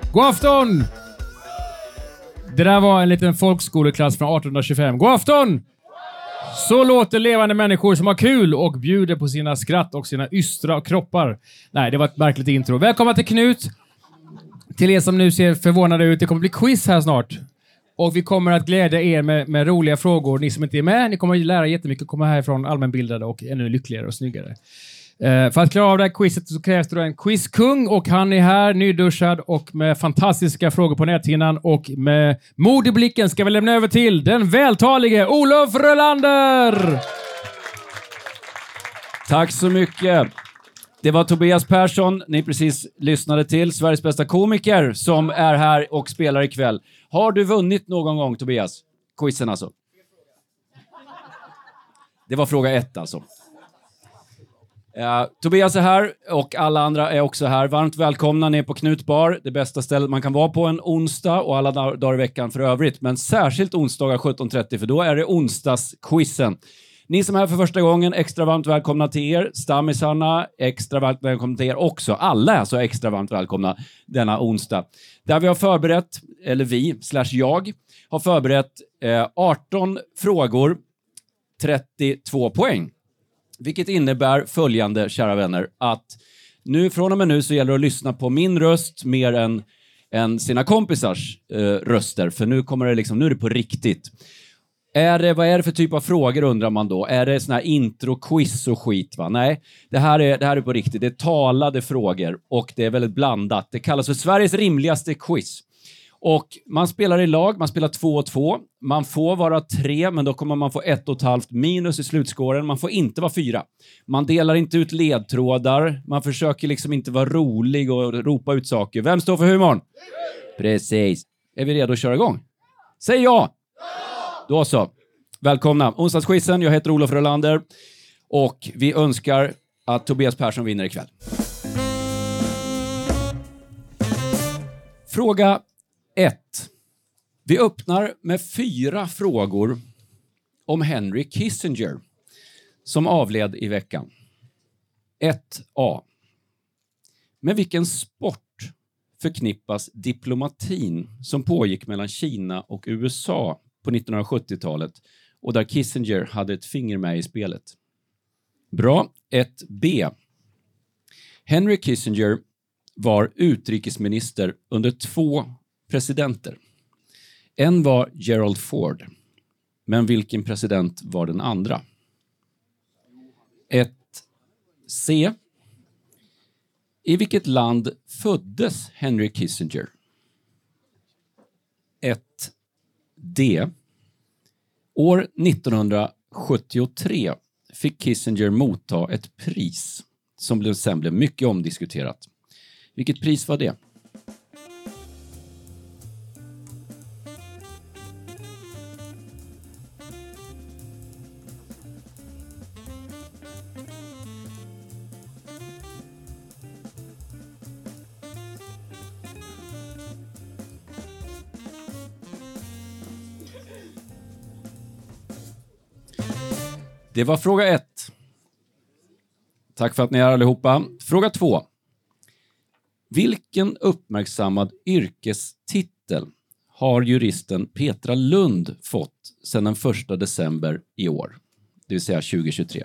God afton! Det där var en liten folkskoleklass från 1825. God afton! Så låter levande människor som har kul och bjuder på sina skratt och sina ystra kroppar. Nej, det var ett märkligt intro. Välkomna till Knut. Till er som nu ser förvånade ut, det kommer bli quiz här snart. Och vi kommer att glädja er med roliga frågor. Ni som inte är med, ni kommer att lära jättemycket och komma härifrån allmänbildade och ännu lyckligare och snyggare. För att klara av det här quizet så krävs det en quizkung och han är här, nyduschad och med fantastiska frågor på näthinnan och med mod i blicken ska vi lämna över till den vältalige Olof Rölander! Tack så mycket. Det var Tobias Persson ni precis lyssnade till, Sveriges bästa komiker som är här och spelar ikväll. Har du vunnit någon gång, Tobias? Quizen alltså. Det var fråga 1 alltså. Tobias är här och alla andra är också här. Varmt välkomna ner på Knutbar, det bästa stället man kan vara på en onsdag och alla dagar i veckan för övrigt. Men särskilt onsdagar 17.30 för då är det onsdagsquizen. Ni som är här för första gången, extra varmt välkomna till er. Stammisarna, extra varmt välkomna till er också. Alla är så extra varmt välkomna denna onsdag. Där vi har förberett, eller jag har förberett 18 frågor, 32 poäng. Vilket innebär följande, kära vänner, att från och med nu så gäller det att lyssna på min röst mer än sina kompisars röster. För nu kommer det nu är det på riktigt. Vad är det för typ av frågor undrar man då? Är det såna här intro-quiz och skit va? Nej, det här är på riktigt. Det är talade frågor och det är väldigt blandat. Det kallas för Sveriges rimligaste quiz. Och man spelar i lag, man spelar 2 och 2. Man får vara 3, men då kommer man få 1,5 minus i slutskåren. Man får inte vara 4. Man delar inte ut ledtrådar. Man försöker inte vara rolig och ropa ut saker. Vem står för humorn? Precis. Är vi redo att köra igång? Säg ja! Då så. Välkomna. Onsdagsquizen, jag heter Olof Rölander. Och vi önskar att Tobias Persson vinner ikväll. Fråga 1. Vi öppnar med 4 frågor om Henry Kissinger som avled i veckan. 1A. Med vilken sport förknippas diplomatin som pågick mellan Kina och USA på 1970-talet och där Kissinger hade ett finger med i spelet? Bra. 1B. Henry Kissinger var utrikesminister under 2 presidenter. En var Gerald Ford. Men vilken president var den andra? 1C. I vilket land föddes Henry Kissinger? 1D. År 1973 fick Kissinger motta ett pris som sen blev mycket omdiskuterat. Vilket pris var det? Det var fråga 1. Tack för att ni är allihopa. Fråga 2. Vilken uppmärksammad yrkestitel har juristen Petra Lund fått sedan den 1 december i år? Det vill säga 2023.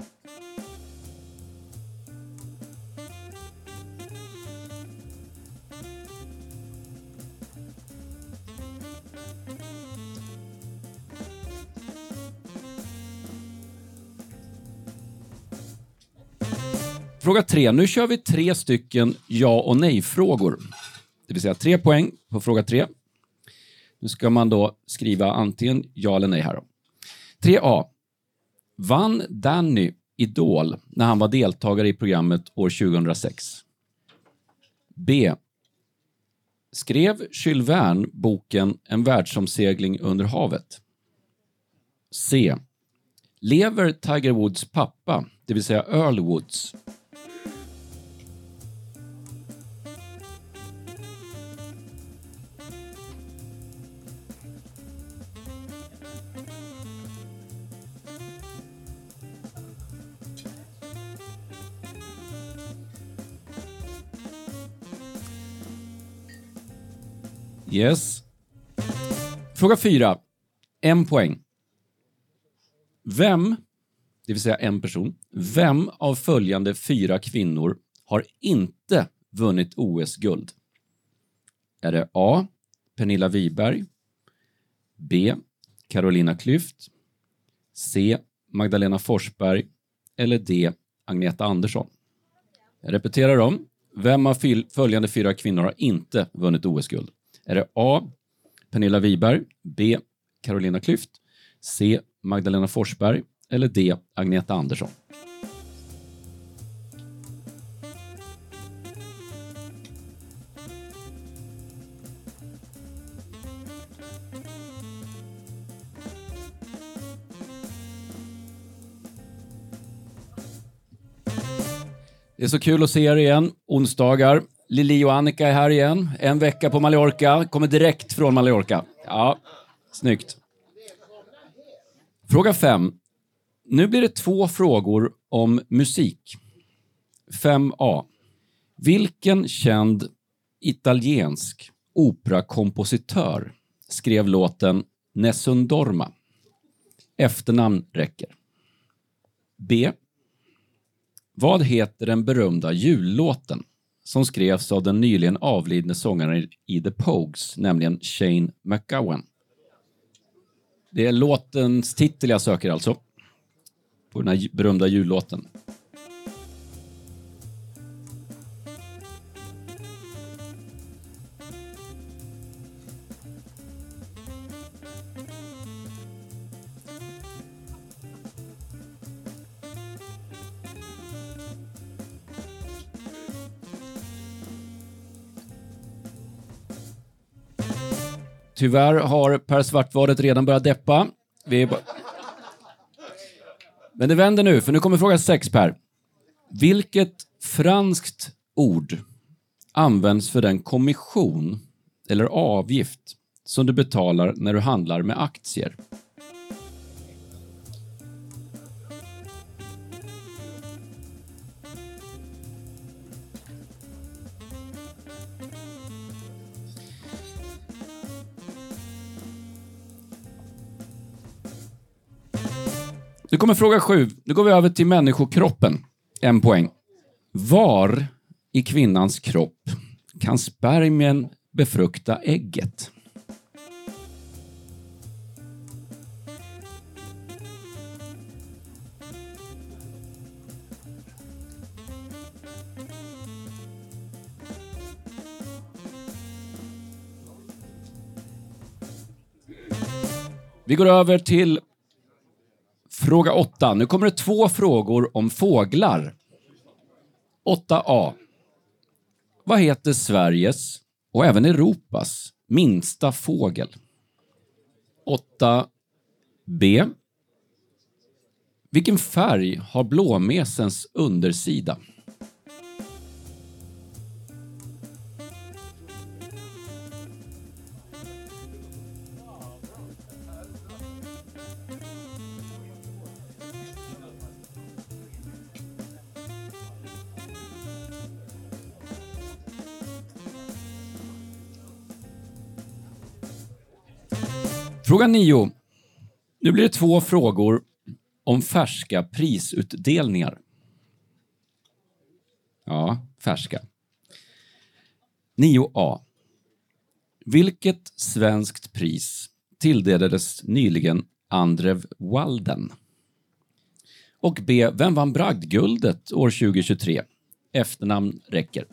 Fråga 3. Nu kör vi 3 stycken ja- och nej-frågor. Det vill säga 3 poäng på fråga 3. Nu ska man då skriva antingen ja eller nej här då. 3A. Vann Danny Idol när han var deltagare i programmet år 2006? B. Skrev Jules Verne boken En världsomsegling under havet? C. Lever Tiger Woods pappa, det vill säga Earl Woods? Yes. Fråga 4. 1 poäng. Vem, det vill säga en person, vem av följande 4 kvinnor har inte vunnit OS-guld? Är det A. Pernilla Wiberg, B. Carolina Klüft, C. Magdalena Forsberg eller D. Agneta Andersson? Jag repeterar dem. Vem av följande 4 kvinnor har inte vunnit OS-guld? Är det A. Pernilla Wiberg, B. Carolina Klüft, C. Magdalena Forsberg eller D. Agneta Andersson? Det är så kul att se er igen. Onsdagar. Lili och Annika är här igen. En vecka på Mallorca. Kommer direkt från Mallorca. Ja, snyggt. Fråga 5. Nu blir det 2 frågor om musik. 5A. Vilken känd italiensk operakompositör skrev låten Nessun Dorma? Efternamn räcker. B. Vad heter den berömda jullåten som skrevs av den nyligen avlidne sångaren i The Pogues, nämligen Shane MacGowan? Det är låtens titel jag söker alltså, på den här berömda jullåten. Tyvärr har Per Svartvadet redan börjat deppa. Men det vänder nu, för nu kommer fråga 6, Per. Vilket franskt ord används för den kommission eller avgift som du betalar när du handlar med aktier? Nu kommer fråga 7. Nu går vi över till människokroppen. 1 poäng. Var i kvinnans kropp kan spermien befrukta ägget? Vi går över till fråga 8. Nu kommer det 2 frågor om fåglar. 8A. Vad heter Sveriges och även Europas minsta fågel? 8B. Vilken färg har blåmesens undersida? Fråga 9. Nu blir det 2 frågor om färska prisutdelningar. Ja, färska. 9A. Vilket svenskt pris tilldelades nyligen Andrew Walden? Och B. Vem vann Bragdguldet år 2023? Efternamn räcker.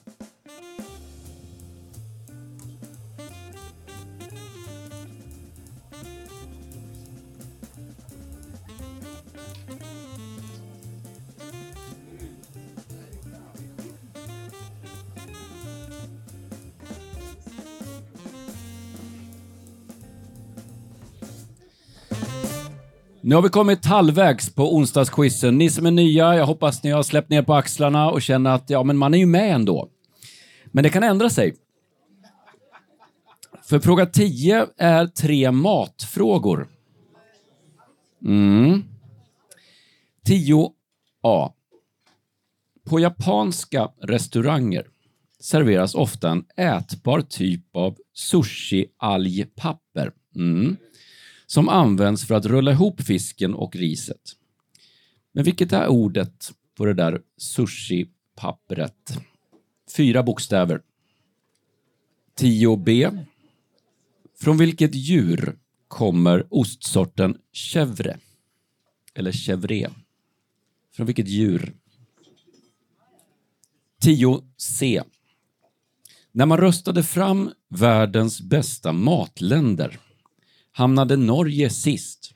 Nu har vi kommit halvvägs på onsdagsquizen. Ni som är nya, jag hoppas ni har släppt ner på axlarna och känner att ja, men man är ju med ändå. Men det kan ändra sig. För fråga 10 är 3 matfrågor. 10A. På japanska restauranger serveras ofta en ätbar typ av sushi-algpapper. Som används för att rulla ihop fisken och riset. Men vilket är ordet på det där sushi-pappret? 4 bokstäver. 10B. Från vilket djur kommer ostsorten chèvre? Eller chèvre? Från vilket djur? 10C. När man röstade fram världens bästa matländer hamnade Norge sist.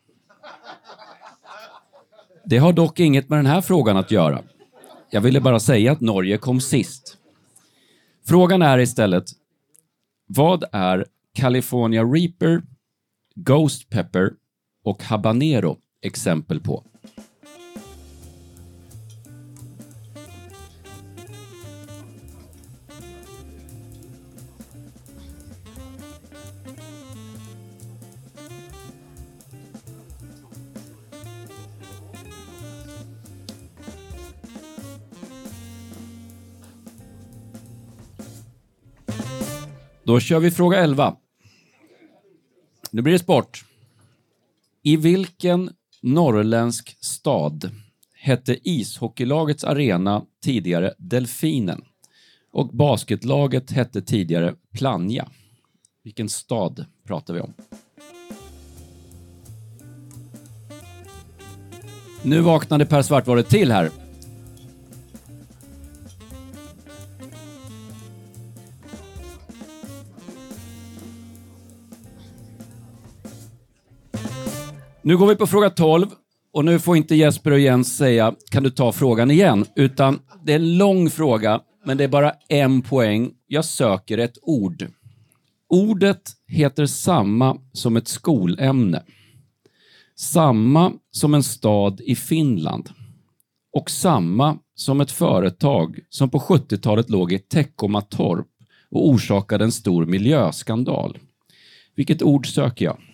Det har dock inget med den här frågan att göra. Jag ville bara säga att Norge kom sist. Frågan är istället, vad är California Reaper, Ghost Pepper och Habanero exempel på? Då kör vi fråga 11. Nu blir det sport. I vilken norrländsk stad hette ishockeylagets arena tidigare Delfinen och basketlaget hette tidigare Plannja? Vilken stad pratar vi om? Nu vaknade Per Svartvaret till här. Nu går vi på fråga 12 och nu får inte Jesper och Jens säga kan du ta frågan igen, utan det är en lång fråga men det är bara 1 poäng. Jag söker ett ord. Ordet heter samma som ett skolämne. Samma som en stad i Finland. Och samma som ett företag som på 70-talet låg i Teckomatorp och orsakade en stor miljöskandal. Vilket ord söker jag?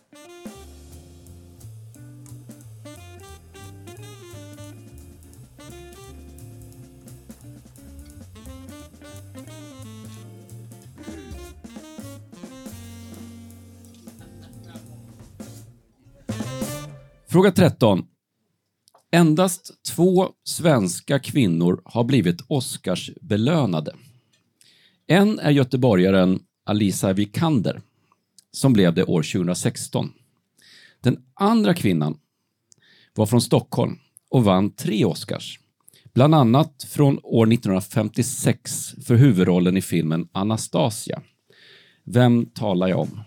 Fråga 13. Endast 2 svenska kvinnor har blivit Oscarsbelönade. En är göteborgaren Alisa Vikander som blev det år 2016. Den andra kvinnan var från Stockholm och vann 3 Oscars. Bland annat från år 1956 för huvudrollen i filmen Anastasia. Vem talar jag om?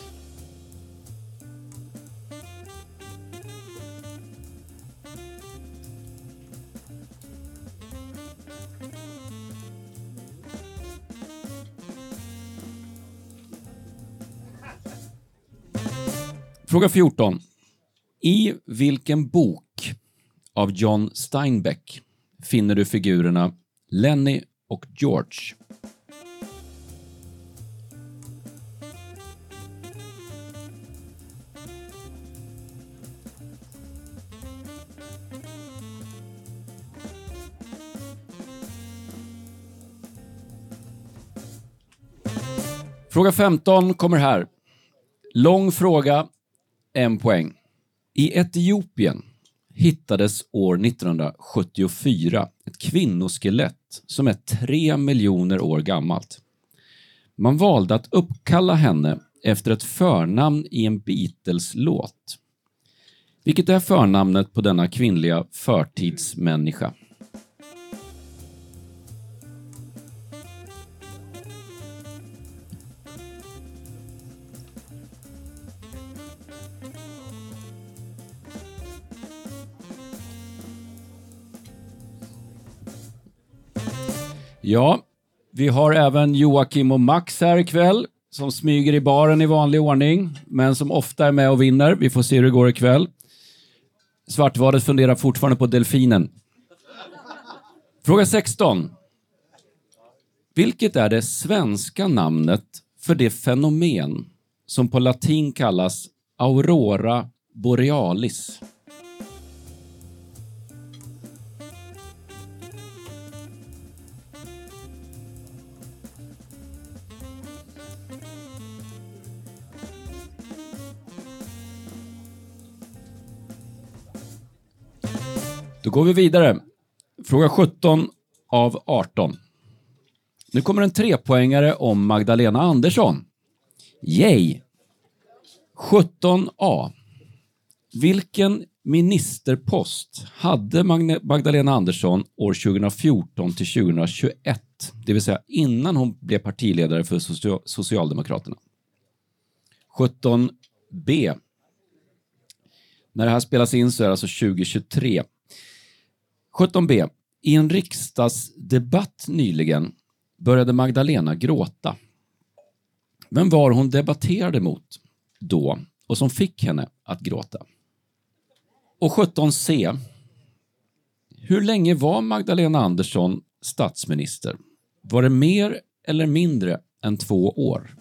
Fråga 14. I vilken bok av John Steinbeck finner du figurerna Lenny och George? Fråga 15 kommer här. Lång fråga. 1 poäng. I Etiopien hittades år 1974 ett kvinnoskelett som är 3 miljoner år gammalt. Man valde att uppkalla henne efter ett förnamn i en Beatles-låt. Vilket är förnamnet på denna kvinnliga förtidsmänniska? Ja, vi har även Joakim och Max här ikväll som smyger i baren i vanlig ordning, men som ofta är med och vinner. Vi får se hur det går ikväll. Svartvadet funderar fortfarande på delfinen. Fråga 16. Vilket är det svenska namnet för det fenomen som på latin kallas Aurora Borealis? Då går vi vidare. Fråga 17 av 18. Nu kommer en 3-poängare om Magdalena Andersson. Yay! 17a. Vilken ministerpost hade Magdalena Andersson år 2014 till 2021? Det vill säga innan hon blev partiledare för Socialdemokraterna. 17b. När det här spelas in så är det alltså 2023. 17b. I en riksdagsdebatt nyligen började Magdalena gråta. Vem var hon debatterade mot då och som fick henne att gråta? Och 17c. Hur länge var Magdalena Andersson statsminister? Var det mer eller mindre än 2 år?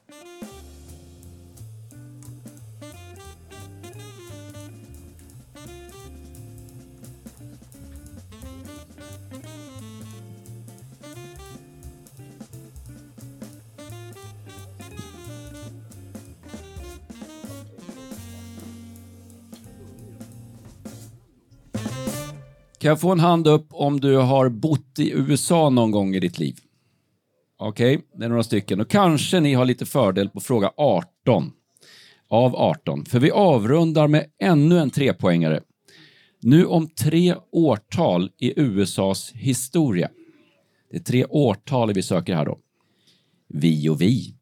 Kan jag få en hand upp om du har bott i USA någon gång i ditt liv? Okej, det är några stycken. Och kanske ni har lite fördel på fråga 18 av 18. För vi avrundar med ännu en 3-poängare. Nu om 3 årtal i USAs historia. Det är 3 årtal vi söker här då. Vi och vi.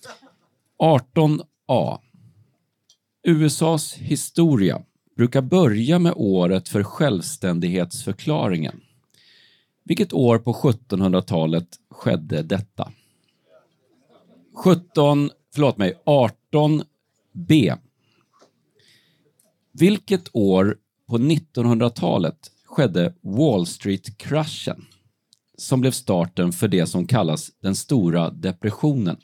18a. USAs historia brukar börja med året för självständighetsförklaringen. Vilket år på 1700-talet skedde detta? 18b. Vilket år på 1900-talet skedde Wall Street-kraschen som blev starten för det som kallas den stora depressionen?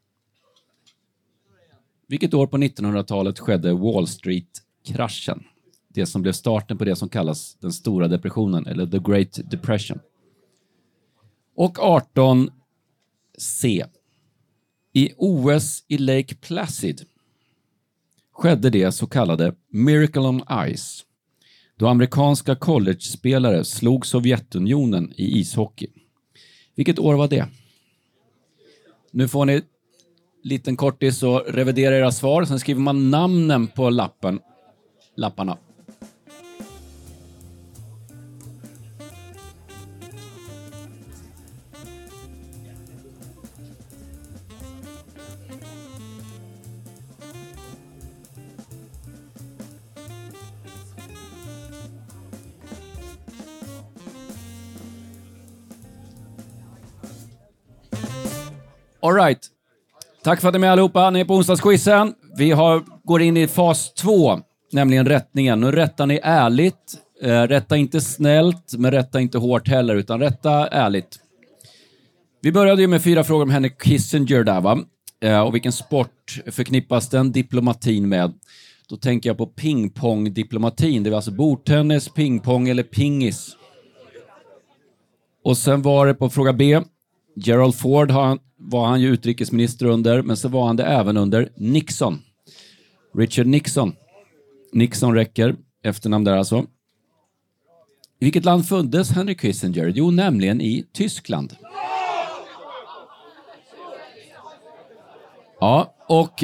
Vilket år på 1900-talet skedde Wall Street-kraschen? Det som blev starten på det som kallas den stora depressionen eller the Great Depression. Och 18c. I OS i Lake Placid skedde det så kallade Miracle on Ice, då amerikanska college-spelare slog Sovjetunionen i ishockey. Vilket år var det? Nu får ni liten kortis och revidera era svar. Sen skriver man namnen på lapparna. All right. Tack för att ni är med allihopa. Ni är på onsdagsquizen. Vi går in i fas 2, nämligen rättningen. Nu rättar ni ärligt. Rätta inte snällt, men rätta inte hårt heller, utan rätta ärligt. Vi började ju med 4 frågor om Henry Kissinger där, va? Och vilken sport förknippas den diplomatin med? Då tänker jag på pingpongdiplomatin. Det var alltså bordtennis, pingpong eller pingis. Och sen var det på fråga B. Gerald Ford var han ju utrikesminister under, men så var han det även under Nixon. Richard Nixon. Nixon räcker, efternamn där alltså. I vilket land föddes Henry Kissinger? Jo, nämligen i Tyskland. Ja, och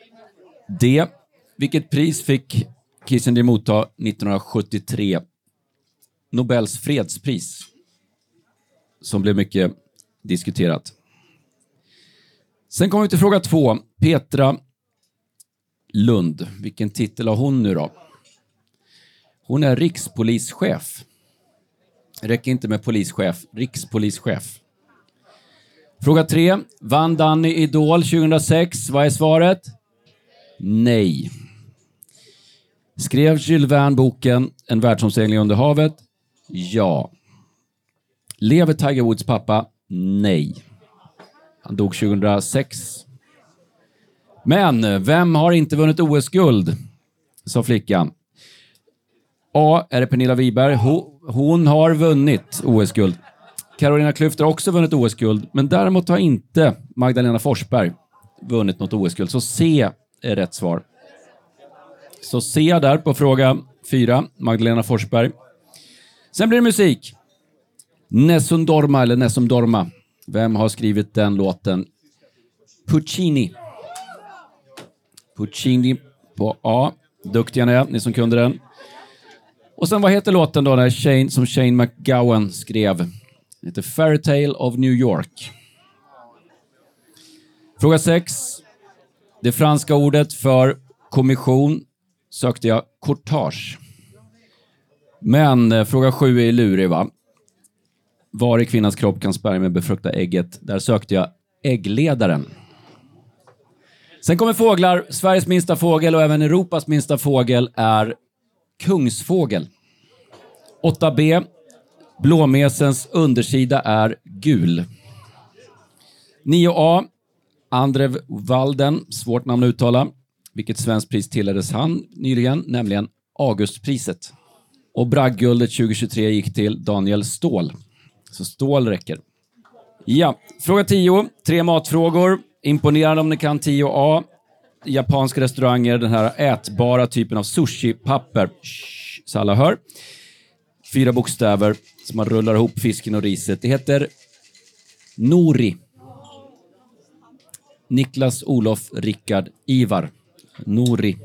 vilket pris fick Kissinger motta 1973? Nobels fredspris. Som blev mycket diskuterat. Sen kommer vi till fråga 2. Petra Lund. Vilken titel har hon nu då? Hon är rikspolischef. Räcker inte med polischef. Rikspolischef. Fråga 3. Vann Danny Idol 2006? Vad är svaret? Nej. Skrev Jules Verne boken En världsomsegling under havet? Ja. Lever Tiger Woods pappa? Nej. Han dog 2006. Men vem har inte vunnit OS-guld? Sa flickan. A. Är det Pernilla Wiberg? Hon har vunnit OS-guld. Carolina Klüft har också vunnit OS-guld. Men däremot har inte Magdalena Forsberg vunnit något OS-guld. Så C är rätt svar. Så C där på fråga 4. Magdalena Forsberg. Sen blir det musik. Nessun Dorma eller Nessun Dorma. Vem har skrivit den låten? Puccini. Puccini på A. Duktiga ni är, ni som kunde den. Och sen vad heter låten då som Shane MacGowan skrev? Det heter Fairytale of New York. Fråga 6. Det franska ordet för kommission sökte jag courtage. Men fråga 7 är lurig, va? Var i kvinnans kropp kan spermien befrukta ägget? Där sökte jag äggledaren. Sen kommer fåglar. Sveriges minsta fågel och även Europas minsta fågel är kungsfågel. 8B. Blåmesens undersida är gul. 9A. Andrev Walden, svårt namn att uttala. Vilket svenskt pris tillades han nyligen, nämligen Augustpriset. Och Bragdguldet 2023 gick till Daniel Ståhl. Så Ståhl räcker. Ja, fråga 10. 3 matfrågor. Imponerande om ni kan 10A. Japanska restauranger, den här ätbara typen av sushi-papper. Så alla hör. 4 bokstäver som man rullar ihop fisken och riset. Det heter nori. Niklas, Olof, Rickard, Ivar. Nori.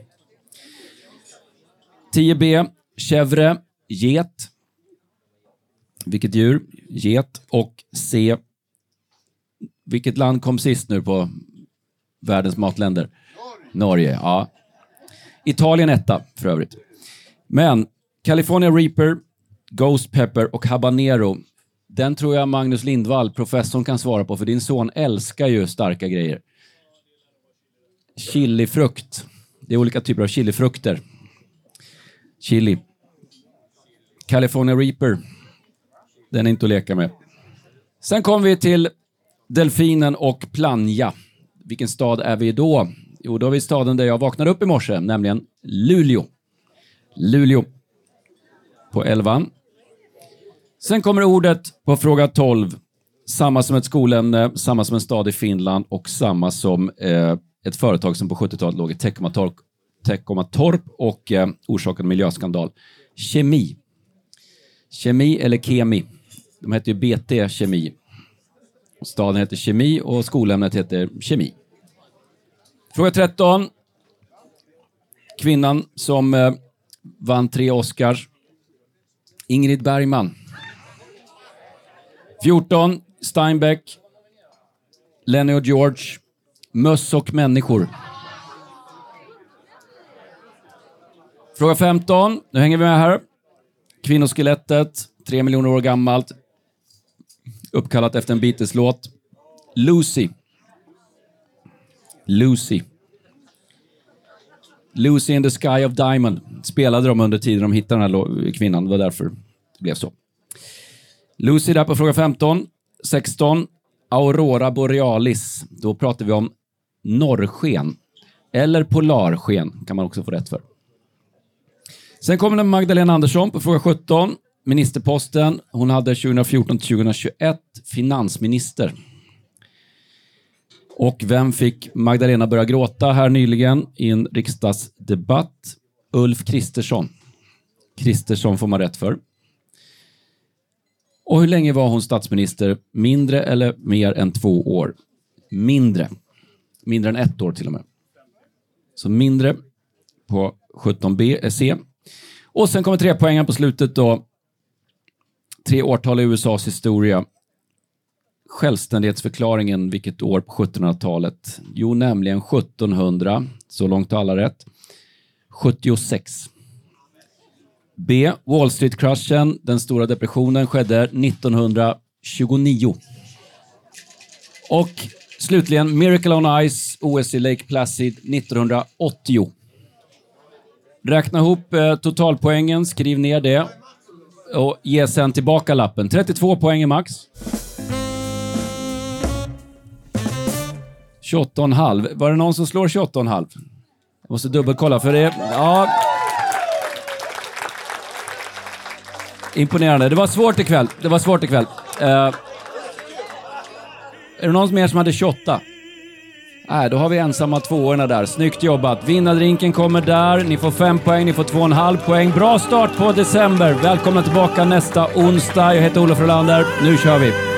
10B. Chèvre, get. Vilket djur? Get. Och C. Vilket land kom sist nu på världens matländer? Norge, ja. Italien 1 för övrigt. Men California Reaper, Ghost Pepper och Habanero, den tror jag Magnus Lindvall, professorn, kan svara på, för din son älskar ju starka grejer. Chilifrukt. Det är olika typer av chilifrukter. Chili. California Reaper. Den är inte att leka med. Sen kommer vi till delfinen och Plannja. Vilken stad är vi då? Jo, då är vi staden där jag vaknade upp i morse, nämligen Luleå. Luleå. På 11. Sen kommer ordet på fråga 12. Samma som ett skolämne, samma som en stad i Finland och samma som ett företag som på 70-talet låg i Teckomatorp och orsakade miljöskandal. Kemi. Kemi eller kemi. De heter ju BT Kemi. Staden heter Kemi och skolämnet heter Kemi. Fråga 13. Kvinnan som vann 3 Oscars. Ingrid Bergman. 14. Steinbeck. Lenny och George. Möss och människor. Fråga 15. Nu hänger vi med här. Kvinnoskelettet. 3 miljoner år gammalt. Uppkallat efter en Beatles-låt. Lucy. Lucy. Lucy in the Sky of Diamond. Spelade de under tiden de hittade den här kvinnan. Det var därför det blev så. Lucy där på fråga 15. 16. Aurora Borealis. Då pratar vi om norrsken. Eller polarsken kan man också få rätt för. Sen kommer det Magdalena Andersson på fråga 17. Ministerposten. Hon hade 2014-2021 finansminister. Och vem fick Magdalena börja gråta här nyligen i en riksdagsdebatt? Ulf Kristersson. Kristersson får man rätt för. Och hur länge var hon statsminister? Mindre eller mer än 2 år? Mindre. Mindre än 1 år till och med. Så mindre på 17B, C. Och sen kommer 3 poängen på slutet då. 3 årtal i USAs historia. Självständighetsförklaringen, vilket år på 1700-talet? Jo, nämligen 1700. Så långt har alla rätt. 76. B. Wall Street-kraschen, den stora depressionen, skedde 1929. Och slutligen Miracle on Ice, OS i Lake Placid 1980. Räkna ihop totalpoängen, skriv ner det och ge sen tillbaka lappen. 32 poäng max. 28,5. Var det någon som slår 28,5? Jag måste dubbelkolla för det. Ja. Imponerande. Det var svårt ikväll. Är det någon mer som hade 28? Då har vi ensamma tvåorna där. Snyggt jobbat. Vinnardrinken kommer där. Ni får 5 poäng, ni får 2,5 poäng. Bra start på december. Välkomna tillbaka nästa onsdag. Jag heter Olof Rolander. Nu kör vi!